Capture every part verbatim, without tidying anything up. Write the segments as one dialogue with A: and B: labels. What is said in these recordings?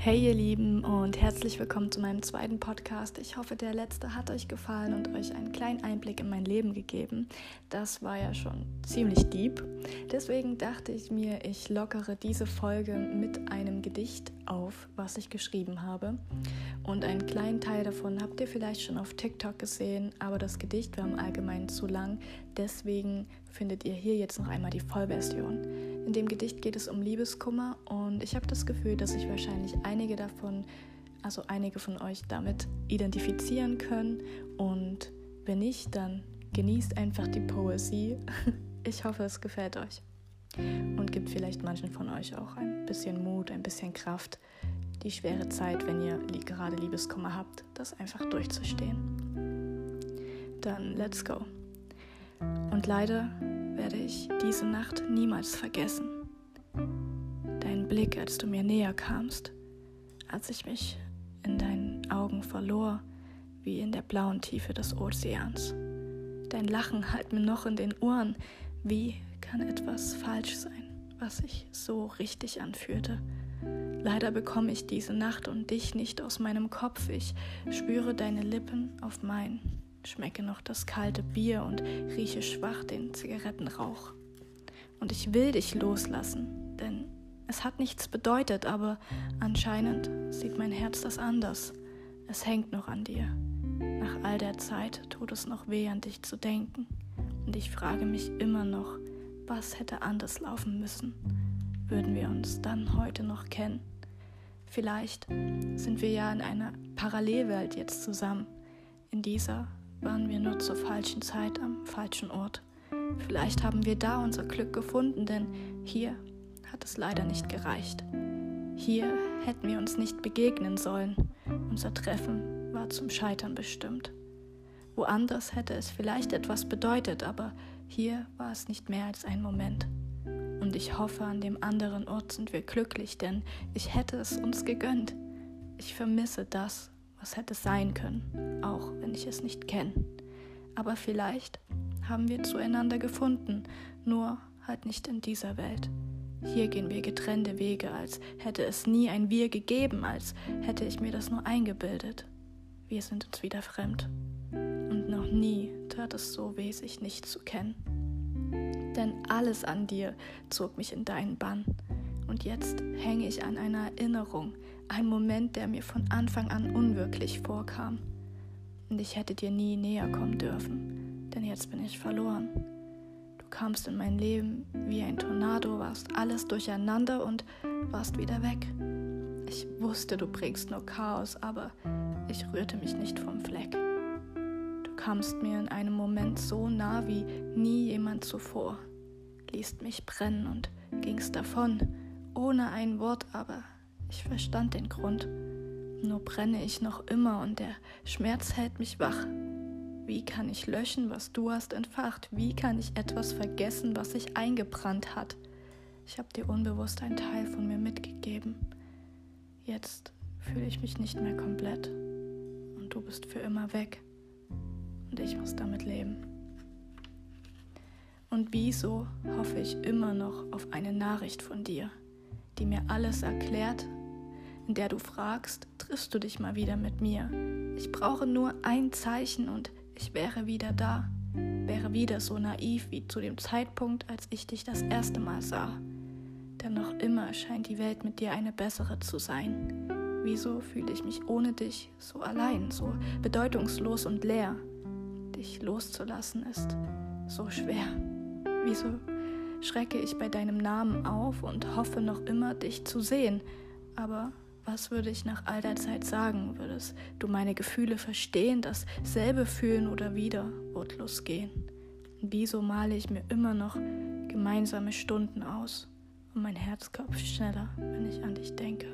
A: Hey ihr Lieben und herzlich willkommen zu meinem zweiten Podcast. Ich hoffe, der letzte hat euch gefallen und euch einen kleinen Einblick in mein Leben gegeben. Das war ja schon ziemlich deep. Deswegen dachte ich mir, ich lockere diese Folge mit einem Gedicht auf, was ich geschrieben habe. Und einen kleinen Teil davon habt ihr vielleicht schon auf TikTok gesehen, aber das Gedicht war im Allgemeinen zu lang. Deswegen findet ihr hier jetzt noch einmal die Vollversion. In dem Gedicht geht es um Liebeskummer und ich habe das Gefühl, dass sich wahrscheinlich einige davon, also einige von euch damit identifizieren können. Und wenn nicht, dann genießt einfach die Poesie. Ich hoffe, es gefällt euch und gibt vielleicht manchen von euch auch ein bisschen Mut, ein bisschen Kraft, die schwere Zeit, wenn ihr gerade Liebeskummer habt, das einfach durchzustehen. Dann let's go. Und leider werde ich diese Nacht niemals vergessen. Dein Blick, als du mir näher kamst, als ich mich in deinen Augen verlor, wie in der blauen Tiefe des Ozeans. Dein Lachen hallt mir noch in den Ohren. Wie kann etwas falsch sein, was sich so richtig anfühlte? Leider bekomme ich diese Nacht und dich nicht aus meinem Kopf. Ich spüre deine Lippen auf meinen, schmecke noch das kalte Bier und rieche schwach den Zigarettenrauch. Und ich will dich loslassen, denn es hat nichts bedeutet, aber anscheinend sieht mein Herz das anders. Es hängt noch an dir. Nach all der Zeit tut es noch weh, an dich zu denken. Und ich frage mich immer noch, was hätte anders laufen müssen? Würden wir uns dann heute noch kennen? Vielleicht sind wir ja in einer Parallelwelt jetzt zusammen. In dieser waren wir nur zur falschen Zeit am falschen Ort. Vielleicht haben wir da unser Glück gefunden, denn hier hat es leider nicht gereicht. Hier hätten wir uns nicht begegnen sollen. Unser Treffen war zum Scheitern bestimmt. Woanders hätte es vielleicht etwas bedeutet, aber hier war es nicht mehr als ein Moment. Und ich hoffe, an dem anderen Ort sind wir glücklich, denn ich hätte es uns gegönnt. Ich vermisse das, was hätte sein können, auch wenn ich es nicht kenne. Aber vielleicht haben wir zueinander gefunden, nur halt nicht in dieser Welt. Hier gehen wir getrennte Wege, als hätte es nie ein Wir gegeben, als hätte ich mir das nur eingebildet. Wir sind uns wieder fremd. Und noch nie tat es so weh, sich nicht zu kennen. Denn alles an dir zog mich in deinen Bann. Und jetzt hänge ich an einer Erinnerung, ein Moment, der mir von Anfang an unwirklich vorkam. Und ich hätte dir nie näher kommen dürfen, denn jetzt bin ich verloren. Du kamst in mein Leben wie ein Tornado, warst alles durcheinander und warst wieder weg. Ich wusste, du bringst nur Chaos, aber ich rührte mich nicht vom Fleck. Du kamst mir in einem Moment so nah wie nie jemand zuvor, ließt mich brennen und gingst davon, ohne ein Wort, aber ich verstand den Grund. Nur brenne ich noch immer und der Schmerz hält mich wach. Wie kann ich löschen, was du hast entfacht? Wie kann ich etwas vergessen, was sich eingebrannt hat? Ich habe dir unbewusst einen Teil von mir mitgegeben. Jetzt fühle ich mich nicht mehr komplett und du bist für immer weg und ich muss damit leben. Und wieso hoffe ich immer noch auf eine Nachricht von dir, die mir alles erklärt, in der du fragst, triffst du dich mal wieder mit mir? Ich brauche nur ein Zeichen und ich wäre wieder da, wäre wieder so naiv wie zu dem Zeitpunkt, als ich dich das erste Mal sah. Denn noch immer scheint die Welt mit dir eine bessere zu sein. Wieso fühle ich mich ohne dich so allein, so bedeutungslos und leer? Dich loszulassen ist so schwer. Wieso schrecke ich bei deinem Namen auf und hoffe noch immer, dich zu sehen? Aber was würde ich nach all der Zeit sagen? Würdest du meine Gefühle verstehen, dasselbe fühlen oder wieder wortlos gehen? Und wieso male ich mir immer noch gemeinsame Stunden aus und mein Herz klopft schneller, wenn ich an dich denke?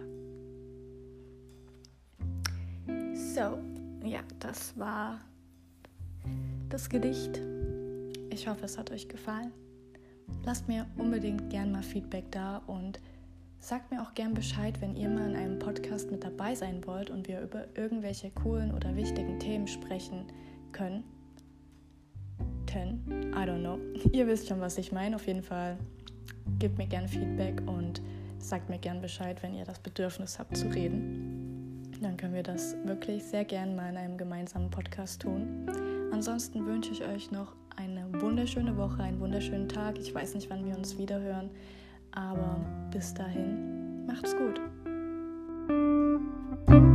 A: So, ja, das war das Gedicht. Ich hoffe, es hat euch gefallen. Lasst mir unbedingt gern mal Feedback da und sagt mir auch gern Bescheid, wenn ihr mal in einem Podcast mit dabei sein wollt und wir über irgendwelche coolen oder wichtigen Themen sprechen können. Können? I don't know. Ihr wisst schon, was ich meine. Auf jeden Fall gebt mir gern Feedback und sagt mir gern Bescheid, wenn ihr das Bedürfnis habt zu reden. Dann können wir das wirklich sehr gern mal in einem gemeinsamen Podcast tun. Ansonsten wünsche ich euch noch eine wunderschöne Woche, einen wunderschönen Tag. Ich weiß nicht, wann wir uns wiederhören, aber bis dahin, macht's gut.